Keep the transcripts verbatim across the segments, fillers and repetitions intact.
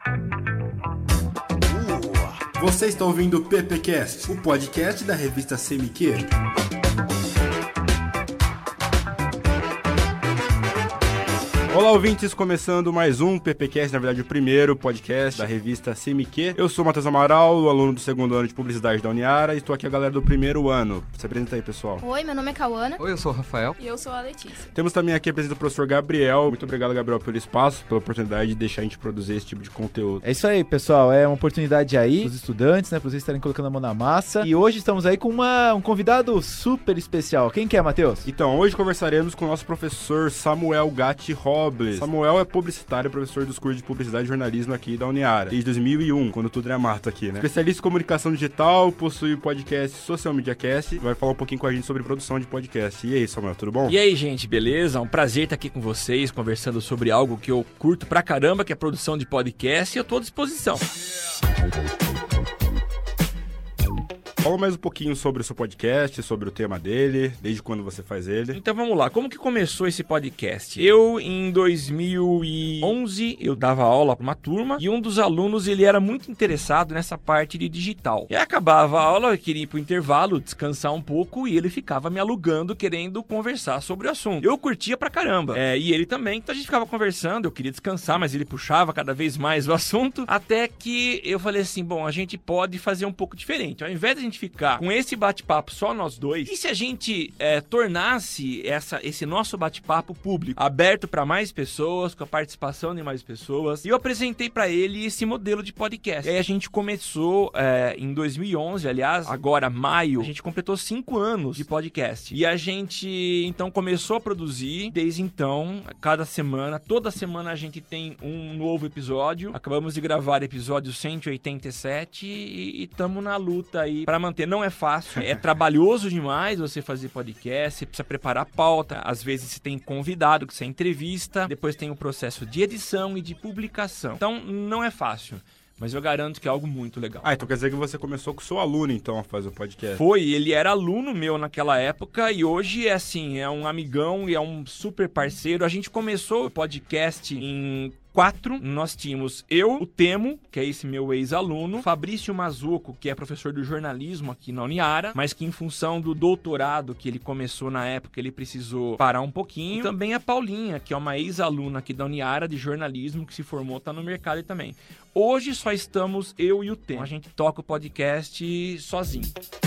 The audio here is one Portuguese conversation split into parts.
Você está ouvindo o PPcast, o podcast da revista C M Q. Olá, ouvintes, começando mais um PPcast, na verdade o primeiro podcast da revista C M Q. Eu sou o Matheus Amaral, aluno do segundo ano de Publicidade da Uniara, e estou aqui a galera do primeiro ano. Se apresenta aí, pessoal. Oi, meu nome é Cauana. Oi, eu sou o Rafael. E eu sou a Letícia. Temos também aqui a presença do professor Gabriel. Muito obrigado, Gabriel, pelo espaço, pela oportunidade de deixar a gente produzir esse tipo de conteúdo. É isso aí, pessoal, é uma oportunidade aí para os estudantes, né, para vocês estarem colocando a mão na massa. E hoje estamos aí com uma, um convidado super especial. Quem que é, Matheus? Então, hoje conversaremos com o nosso professor Samuel Gatti Robles. Samuel é publicitário e professor dos cursos de Publicidade e Jornalismo aqui da Uniara, desde dois mil e um, quando tudo era mato aqui, né? Especialista em comunicação digital, possui o podcast Social Media Cast, vai falar um pouquinho com a gente sobre produção de podcast. E aí, Samuel, tudo bom? E aí, gente, beleza? Um prazer estar aqui com vocês, conversando sobre algo que eu curto pra caramba, que é a produção de podcast, e eu tô à disposição. Fala mais um pouquinho sobre o seu podcast, sobre o tema dele, desde quando você faz ele. Então vamos lá, como que começou esse podcast? Eu, em dois mil e onze, eu dava aula para uma turma e um dos alunos, ele era muito interessado nessa parte de digital. E aí acabava a aula, eu queria ir pro intervalo, descansar um pouco e ele ficava me alugando, querendo conversar sobre o assunto. Eu curtia pra caramba, é, e ele também, então a gente ficava conversando, eu queria descansar, mas ele puxava cada vez mais o assunto, até que eu falei assim, bom, a gente pode fazer um pouco diferente. Ao invés de a gente ficar com esse bate-papo só nós dois, e se a gente é, tornasse essa, esse nosso bate-papo público, aberto para mais pessoas, com a participação de mais pessoas, e eu apresentei para ele esse modelo de podcast. E aí a gente começou é, em dois mil e onze, aliás, agora maio, a gente completou cinco anos de podcast. E a gente então começou a produzir, desde então, cada semana, toda semana a gente tem um novo episódio. Acabamos de gravar episódio cento e oitenta e sete e estamos na luta aí para manter. Não é fácil, é trabalhoso demais você fazer podcast, você precisa preparar pauta, às vezes você tem convidado, que você entrevista, depois tem o processo de edição e de publicação. Então, não é fácil, mas eu garanto que é algo muito legal. Ah, então quer dizer que você começou com o seu aluno, então, a fazer o podcast? Foi, ele era aluno meu naquela época e hoje é assim, é um amigão e é um super parceiro. A gente começou o podcast em quatro, nós tínhamos eu, o Temo, que é esse meu ex-aluno, Fabrício Mazuco, que é professor do jornalismo aqui na Uniara, mas que em função do doutorado que ele começou na época, ele precisou parar um pouquinho. E também a Paulinha, que é uma ex-aluna aqui da Uniara de jornalismo, que se formou, tá no mercado também. Hoje só estamos eu e o Temo. A gente toca o podcast sozinho.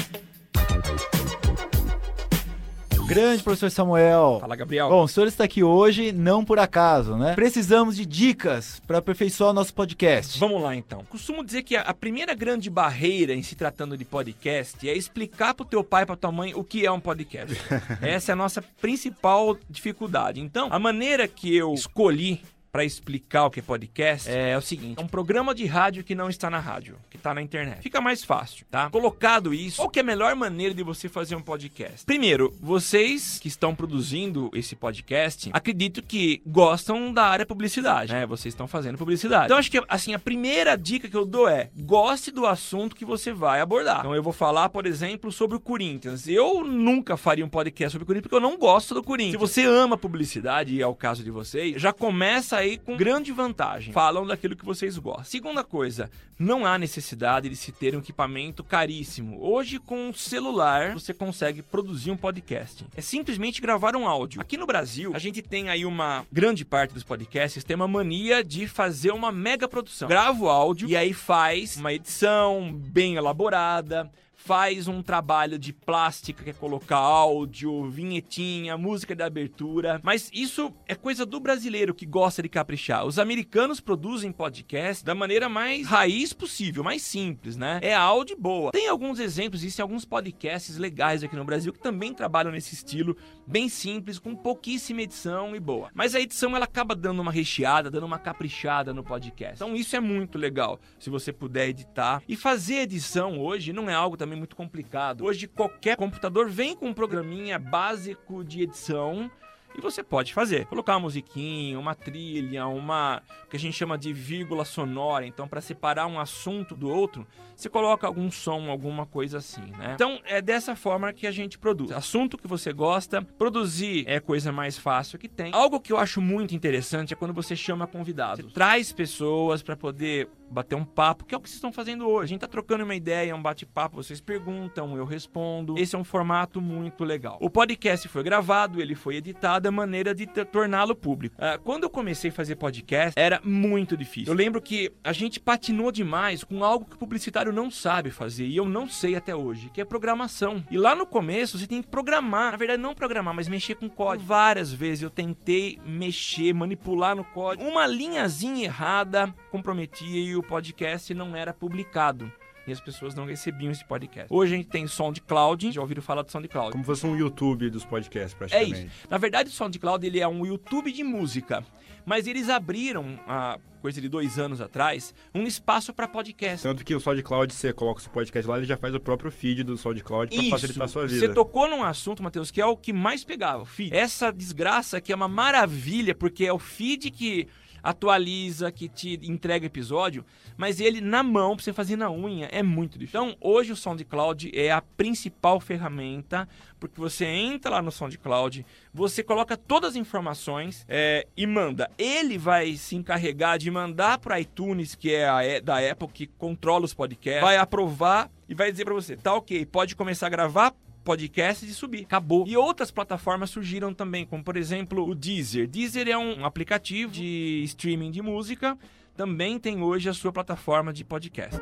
Grande professor Samuel. Fala, Gabriel. Bom, o senhor está aqui hoje não por acaso, né? Precisamos de dicas para aperfeiçoar o nosso podcast. Vamos lá, então. Costumo dizer que a primeira grande barreira em se tratando de podcast é explicar pro teu pai e pra tua mãe o que é um podcast. Essa é a nossa principal dificuldade. Então, a maneira que eu escolhi para explicar o que é podcast é o seguinte: é um programa de rádio que não está na rádio, que está na internet. Fica mais fácil, tá? Colocado isso, qual que é a melhor maneira de você fazer um podcast? Primeiro, vocês que estão produzindo esse podcast, acredito que gostam da área publicidade, né? Vocês estão fazendo publicidade. Então, acho que, assim, a primeira dica que eu dou é: goste do assunto que você vai abordar. Então, eu vou falar, por exemplo, sobre o Corinthians. Eu nunca faria um podcast sobre o Corinthians porque eu não gosto do Corinthians. Se você ama publicidade, e é o caso de vocês, já começa a aí com grande vantagem. Falam daquilo que vocês gostam. Segunda coisa, não há necessidade de se ter um equipamento caríssimo. Hoje, com um celular, você consegue produzir um podcast. É simplesmente gravar um áudio. Aqui no Brasil, a gente tem aí uma grande parte dos podcasts tem uma mania de fazer uma mega produção. Grava o áudio e aí faz uma edição bem elaborada, faz um trabalho de plástica, que é colocar áudio, vinhetinha, música de abertura. Mas isso é coisa do brasileiro que gosta de caprichar. Os americanos produzem podcast da maneira mais raiz possível, mais simples, né? É áudio boa. Tem alguns exemplos, existem alguns podcasts legais aqui no Brasil que também trabalham nesse estilo, bem simples, com pouquíssima edição e boa. Mas a edição, ela acaba dando uma recheada, dando uma caprichada no podcast. Então isso é muito legal, se você puder editar. E fazer edição hoje não é algo também muito complicado. Hoje qualquer computador vem com um programinha básico de edição E você pode fazer. Colocar uma musiquinha, uma trilha, uma... o que a gente chama de vírgula sonora. Então, para separar um assunto do outro, você coloca algum som, alguma coisa assim, né? Então, é dessa forma que a gente produz. Assunto que você gosta, produzir é a coisa mais fácil que tem. Algo que eu acho muito interessante é quando você chama convidados. Você traz pessoas para poder bater um papo, que é o que vocês estão fazendo hoje. A gente tá trocando uma ideia, um bate-papo, vocês perguntam, eu respondo. Esse é um formato muito legal. O podcast foi gravado, ele foi editado, a maneira de torná-lo público. Uh, quando eu comecei a fazer podcast, era muito difícil. Eu lembro que a gente patinou demais com algo que o publicitário não sabe fazer, e eu não sei até hoje, que é programação. E lá no começo, você tem que programar. Na verdade, não programar, mas mexer com código. Várias vezes eu tentei mexer, manipular no código. Uma linhazinha errada comprometia e o podcast não era publicado. E as pessoas não recebiam esse podcast. Hoje a gente tem SoundCloud. Já ouviram falar do SoundCloud? Como se fosse um YouTube dos podcasts, praticamente. É isso. Na verdade, o SoundCloud ele é um YouTube de música. Mas eles abriram, há coisa de dois anos atrás, um espaço para podcast. Tanto que o SoundCloud, você coloca o seu podcast lá, ele já faz o próprio feed do SoundCloud para facilitar a sua vida. Você tocou num assunto, Matheus, que é o que mais pegava, o feed. Essa desgraça que é uma maravilha, porque é o feed que atualiza, que te entrega episódio, mas ele na mão, pra você fazer na unha, é muito difícil. Então, hoje o SoundCloud é a principal ferramenta, porque você entra lá no SoundCloud, você coloca todas as informações é, e manda. Ele vai se encarregar de mandar pro iTunes, que é a, da Apple, que controla os podcasts, vai aprovar e vai dizer pra você, tá ok, pode começar a gravar podcast e subir. Acabou. E outras plataformas surgiram também, como por exemplo o Deezer. Deezer é um aplicativo de streaming de música, também tem hoje a sua plataforma de podcast.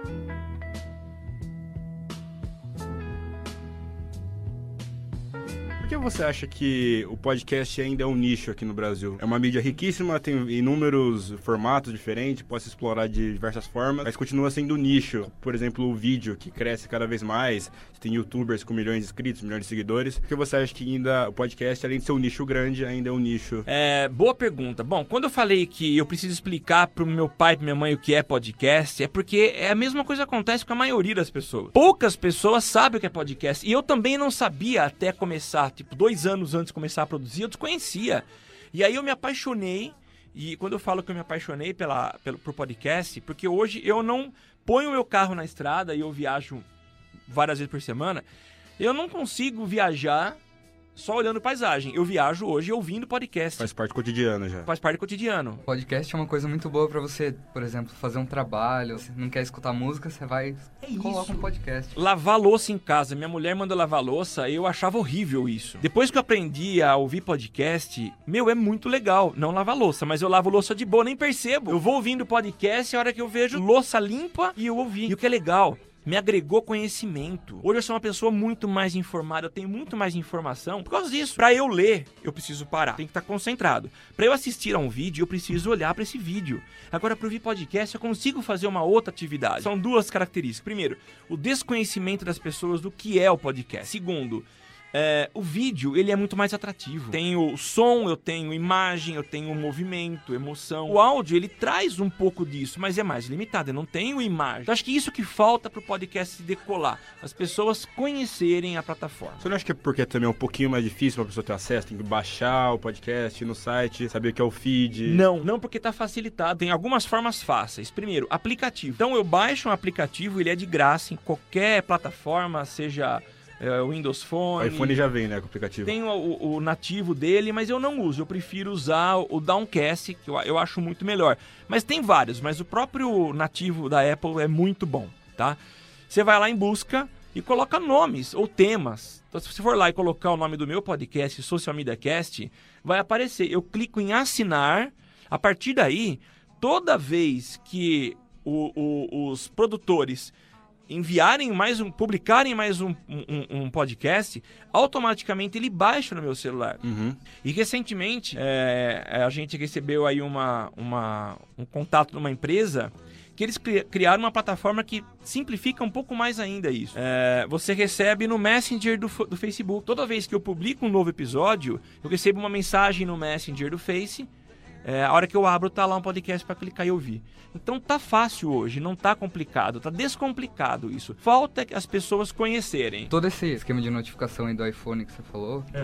Por que você acha que o podcast ainda é um nicho aqui no Brasil? É uma mídia riquíssima, tem inúmeros formatos diferentes, pode se explorar de diversas formas, mas continua sendo um nicho. Por exemplo, o vídeo, que cresce cada vez mais, tem youtubers com milhões de inscritos, milhões de seguidores. Por que você acha que ainda o podcast, além de ser um nicho grande, ainda é um nicho? É, boa pergunta. Bom, quando eu falei que eu preciso explicar pro meu pai e pra minha mãe o que é podcast, é porque é a mesma coisa que acontece com a maioria das pessoas. Poucas pessoas sabem o que é podcast, e eu também não sabia até começar, tipo, dois anos antes de começar a produzir, eu desconhecia. E aí eu me apaixonei, e quando eu falo que eu me apaixonei pela, pelo, por podcast, porque hoje eu não ponho o meu carro na estrada e eu viajo várias vezes por semana, eu não consigo viajar só olhando paisagem. Eu viajo hoje ouvindo podcast. Faz parte do cotidiano já. Faz parte do cotidiano. Podcast é uma coisa muito boa pra você, por exemplo, fazer um trabalho. Você não quer escutar música, você vai e é coloca um podcast. Lavar louça em casa. Minha mulher manda lavar louça, eu achava horrível isso. Depois que eu aprendi a ouvir podcast, meu, é muito legal. Não lavar louça, mas eu lavo louça de boa, nem percebo. Eu vou ouvindo podcast, a hora que eu vejo louça limpa e eu ouvi. E o que é legal, me agregou conhecimento. Hoje eu sou uma pessoa muito mais informada, eu tenho muito mais informação por causa disso. Pra eu ler, eu preciso parar, tem que estar concentrado. Pra eu assistir a um vídeo, eu preciso olhar pra esse vídeo. Agora, pra ouvir podcast, eu consigo fazer uma outra atividade. São duas características. Primeiro, o desconhecimento das pessoas do que é o podcast. Segundo, É, o vídeo, ele é muito mais atrativo. Tenho som, eu tenho imagem, eu tenho movimento, emoção. O áudio, ele traz um pouco disso, mas é mais limitado, eu não tenho imagem. Então, acho que isso que falta pro podcast se decolar. As pessoas conhecerem a plataforma. Você não acha que é porque também é um pouquinho mais difícil pra pessoa ter acesso? Tem que baixar o podcast no site, saber o que é o feed? Não, não porque tá facilitado. Tem algumas formas fáceis. Primeiro, aplicativo. Então, eu baixo um aplicativo, ele é de graça em qualquer plataforma, seja É, o Windows Phone. O iPhone já vem, né, com o aplicativo. Tem o, o, o nativo dele, mas eu não uso. Eu prefiro usar o Downcast, que eu, eu acho muito melhor. Mas tem vários, mas o próprio nativo da Apple é muito bom, tá? Você vai lá em busca e coloca nomes ou temas. Então, se você for lá e colocar o nome do meu podcast, Social Media Cast, vai aparecer. Eu clico em assinar. A partir daí, toda vez que o, o, os produtores enviarem mais um, publicarem mais um, um, um podcast, automaticamente ele baixa no meu celular. Uhum. E recentemente, é, a gente recebeu aí uma, uma, um contato de uma empresa que eles criaram uma plataforma que simplifica um pouco mais ainda isso. É, você recebe no Messenger do, do Facebook. Toda vez que eu publico um novo episódio, eu recebo uma mensagem no Messenger do Face. É, a hora que eu abro, tá lá um podcast para clicar e ouvir. Então tá fácil hoje, não tá complicado, tá descomplicado isso. Falta as pessoas conhecerem. Todo esse esquema de notificação aí do iPhone que você falou, é.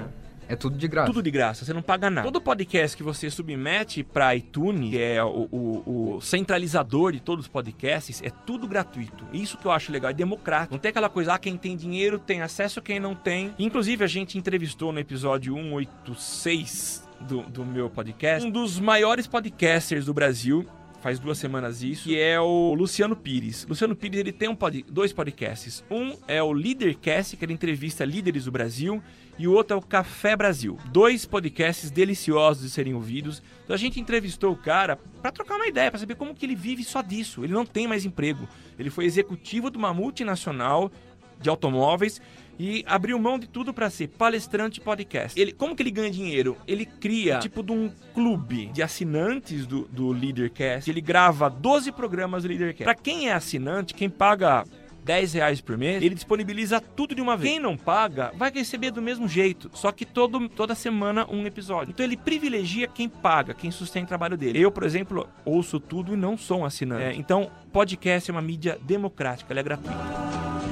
É tudo de graça. Tudo de graça, você não paga nada. Todo podcast que você submete pra iTunes, que é o, o, o centralizador de todos os podcasts, é tudo gratuito. Isso que eu acho legal, é democrático. Não tem aquela coisa, ah, quem tem dinheiro tem acesso, quem não tem. Inclusive, a gente entrevistou no episódio cento e oitenta e seis do, do meu podcast, um dos maiores podcasters do Brasil, faz duas semanas isso, que é o Luciano Pires. Luciano Pires, ele tem um pod, dois podcasts. Um é o Leadercast, que ele entrevista líderes do Brasil, e o outro é o Café Brasil. Dois podcasts deliciosos de serem ouvidos. Então a gente entrevistou o cara para trocar uma ideia, para saber como que ele vive só disso. Ele não tem mais emprego. Ele foi executivo de uma multinacional de automóveis e abriu mão de tudo para ser palestrante podcast. Ele, como que ele ganha dinheiro? Ele cria tipo de um clube de assinantes do, do Leadercast. Ele grava doze programas do Leadercast. Para quem é assinante, quem paga dez reais por mês, ele disponibiliza tudo de uma vez. Quem não paga, vai receber do mesmo jeito, só que todo, toda semana um episódio. Então ele privilegia quem paga, quem sustenta o trabalho dele. Eu, por exemplo, ouço tudo e não sou um assinante. É, então, podcast é uma mídia democrática, ela é gratuita.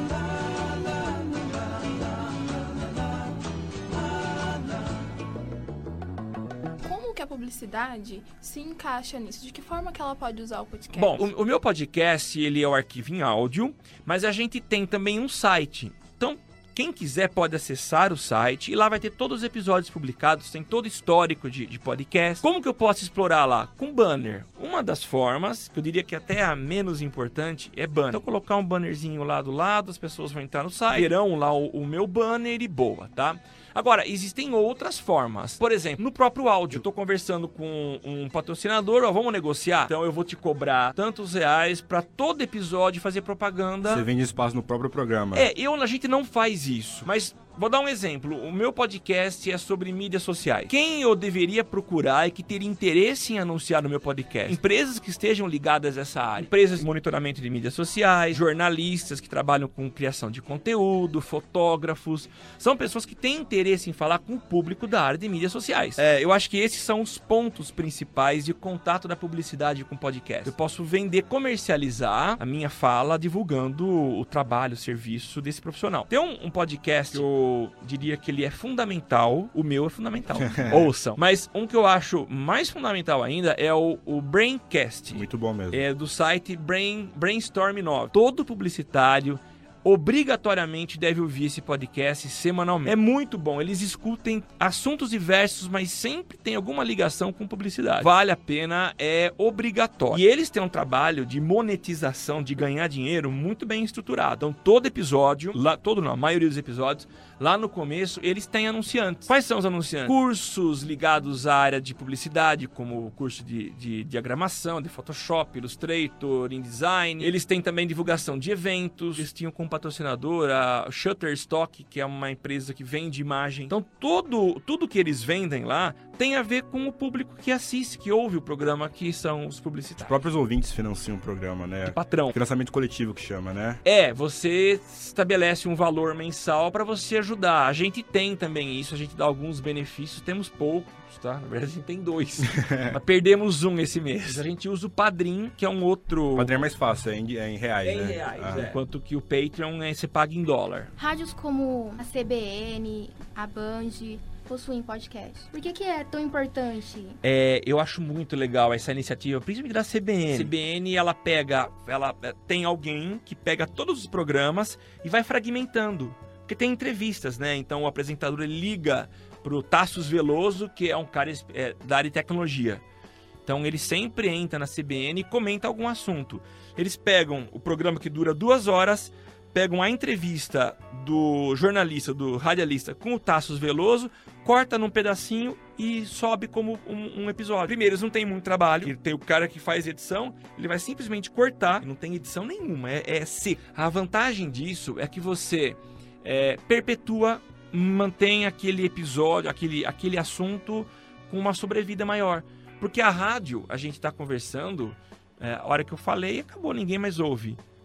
Que a publicidade se encaixa nisso? De que forma que ela pode usar o podcast? Bom, o, o meu podcast, ele é o arquivo em áudio, mas a gente tem também um site. Então, quem quiser pode acessar o site e lá vai ter todos os episódios publicados, tem todo o histórico de, de podcast. Como que eu posso explorar lá? Com banner. Uma das formas, que eu diria que até a menos importante, é banner. Então, colocar um bannerzinho lá do lado, as pessoas vão entrar no site, verão lá o, o meu banner e boa, tá? Agora, existem outras formas. Por exemplo, no próprio áudio. Eu tô conversando com um patrocinador, ó, vamos negociar? Então eu vou te cobrar tantos reais pra todo episódio fazer propaganda. Você vende espaço no próprio programa. É, eu, a gente não faz isso. Mas vou dar um exemplo. O meu podcast é sobre mídias sociais. Quem eu deveria procurar e que teria interesse em anunciar no meu podcast? Empresas que estejam ligadas a essa área. Empresas de monitoramento de mídias sociais, jornalistas que trabalham com criação de conteúdo, fotógrafos. São pessoas que têm interesse em falar com o público da área de mídias sociais. É, eu acho que esses são os pontos principais de contato da publicidade com podcast. Eu posso vender, comercializar a minha fala divulgando o trabalho, o serviço desse profissional. Tem um, um podcast que eu diria que ele é fundamental. O meu é fundamental. Ouçam. Mas um que eu acho mais fundamental ainda é o, o Braincast. Muito bom mesmo. É do site Brain, Brainstorm nove. Todo publicitário obrigatoriamente deve ouvir esse podcast semanalmente. É muito bom. Eles discutem assuntos diversos, mas sempre tem alguma ligação com publicidade. Vale a pena, é obrigatório. E eles têm um trabalho de monetização, de ganhar dinheiro muito bem estruturado. Então, todo episódio, lá, todo não, a maioria dos episódios, lá no começo, eles têm anunciantes. Quais são os anunciantes? Cursos ligados à área de publicidade, como o curso de, de diagramação, de Photoshop, Illustrator, InDesign. Eles têm também divulgação de eventos. Eles tinham como patrocinador a Shutterstock, que é uma empresa que vende imagem. Então, todo, tudo que eles vendem lá tem a ver com o público que assiste, que ouve o programa, que são os publicitários. Os próprios ouvintes financiam o programa, né? De patrão. Financiamento coletivo que chama, né? É, você estabelece um valor mensal para você ajudar. A gente tem também isso, a gente dá alguns benefícios, temos poucos, tá? Na verdade, a gente tem dois. Mas perdemos um esse mês. A gente usa o Padrim, que é um outro... O Padrim é mais fácil, é em, é em reais, é né? em reais, ah. é. Enquanto que o Patreon é, você paga em dólar. Rádios como a C B N, a Band possuem podcast. Por que que é tão importante? É, eu acho muito legal essa iniciativa, principalmente da C B N. A C B N, ela pega, ela tem alguém que pega todos os programas e vai fragmentando. Porque tem entrevistas, né? Então o apresentador ele liga pro Tassos Veloso, que é um cara é, da área de tecnologia. Então ele sempre entra na C B N e comenta algum assunto. Eles pegam o programa que dura duas horas, pegam a entrevista do jornalista, do radialista com o Tassos Veloso, corta num pedacinho e sobe como um, um episódio. Primeiro, eles não têm muito trabalho. Tem o cara que faz edição, ele vai simplesmente cortar. Não tem edição nenhuma, é, é seco. A vantagem disso é que você é, perpetua, mantém aquele episódio, aquele, aquele assunto com uma sobrevida maior. Porque a rádio, a gente está conversando, é, a hora que eu falei, acabou, ninguém mais ouve.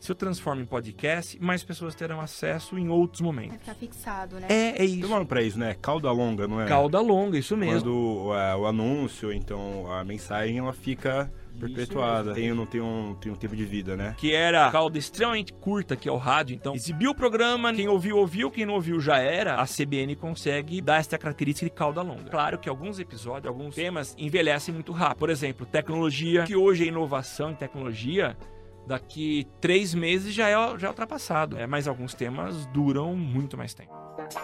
se eu transformo em podcast, mais pessoas terão acesso em outros momentos. Vai ficar fixado, né? É, é Tem isso. um nome pra isso, né? Cauda longa, não é? Cauda longa, isso mesmo. Quando é, o anúncio, então a mensagem, ela fica perpetuada. Tem, não tem um, tem um tempo de vida, né? Que era cauda extremamente curta, que é o rádio. Então, exibiu o programa, quem ouviu, ouviu, quem não ouviu já era. A C B N consegue dar essa característica de cauda longa. Claro que alguns episódios, alguns temas envelhecem muito rápido. Por exemplo, tecnologia, que hoje é inovação em tecnologia, daqui três meses já é, já é ultrapassado. É, mas alguns temas duram muito mais tempo.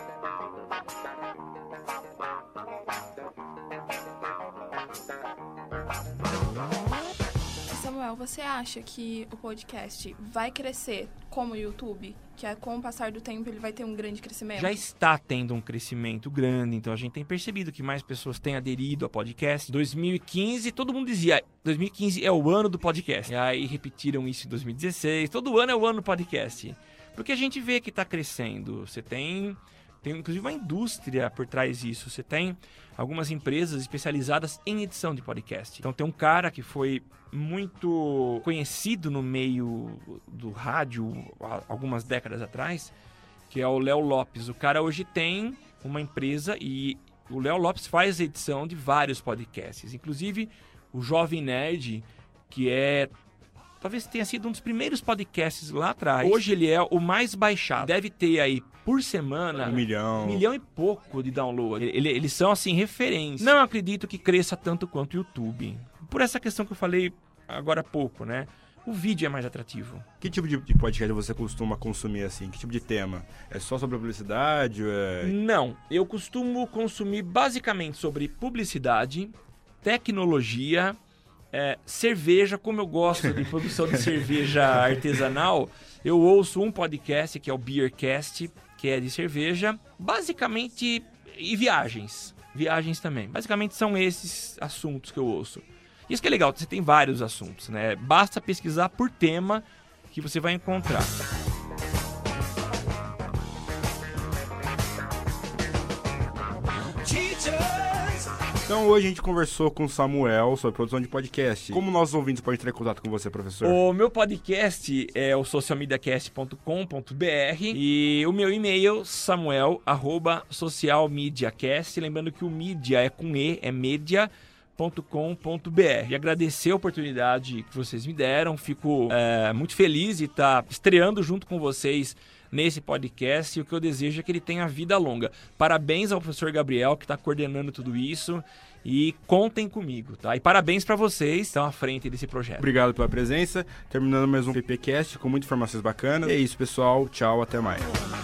Samuel, você acha que o podcast vai crescer como o YouTube? Que é, com o passar do tempo ele vai ter um grande crescimento? Já está tendo um crescimento grande, então a gente tem percebido que mais pessoas têm aderido a podcast. dois mil e quinze, todo mundo dizia, dois mil e quinze é o ano do podcast. E aí repetiram isso em dois mil e dezesseis, todo ano é o ano do podcast. Porque a gente vê que está crescendo. Você tem, tem inclusive uma indústria por trás disso. Você tem algumas empresas especializadas em edição de podcast. Então tem um cara que foi muito conhecido no meio do rádio há algumas décadas atrás, que é o Léo Lopes. O cara hoje tem uma empresa e o Léo Lopes faz a edição de vários podcasts, inclusive o Jovem Nerd, que é talvez tenha sido um dos primeiros podcasts lá atrás. Hoje ele é o mais baixado. Deve ter aí por semana Um milhão. um milhão e pouco de download. Ele, eles são assim referência. Não acredito que cresça tanto quanto o YouTube. Por essa questão que eu falei agora há pouco, né? O vídeo é mais atrativo. Que tipo de, de podcast você costuma consumir assim? Que tipo de tema? É só sobre publicidade? É... Não, eu costumo consumir basicamente sobre publicidade, tecnologia, é, cerveja. Como eu gosto de produção de cerveja artesanal, eu ouço um podcast que é o Beercast, que é de cerveja, basicamente, e viagens. Viagens também. Basicamente são esses assuntos que eu ouço. Isso que é legal, você tem vários assuntos, né? Basta pesquisar por tema que você vai encontrar. Então hoje a gente conversou com o Samuel sobre produção de podcast. Como nossos ouvintes podem entrar em contato com você, professor? O meu podcast é o social media cast ponto com ponto b r e o meu e-mail samuel arroba social media cast. Lembrando que o mídia é com E, é media ponto com ponto b r. E agradecer a oportunidade que vocês me deram. Fico é, muito feliz de estar estreando junto com vocês nesse podcast, e o que eu desejo é que ele tenha vida longa. Parabéns ao professor Gabriel, que está coordenando tudo isso, e contem comigo, tá? E parabéns para vocês que estão à frente desse projeto. Obrigado pela presença. Terminando mais um PPcast com muitas informações bacanas. E é isso, pessoal. Tchau, até mais.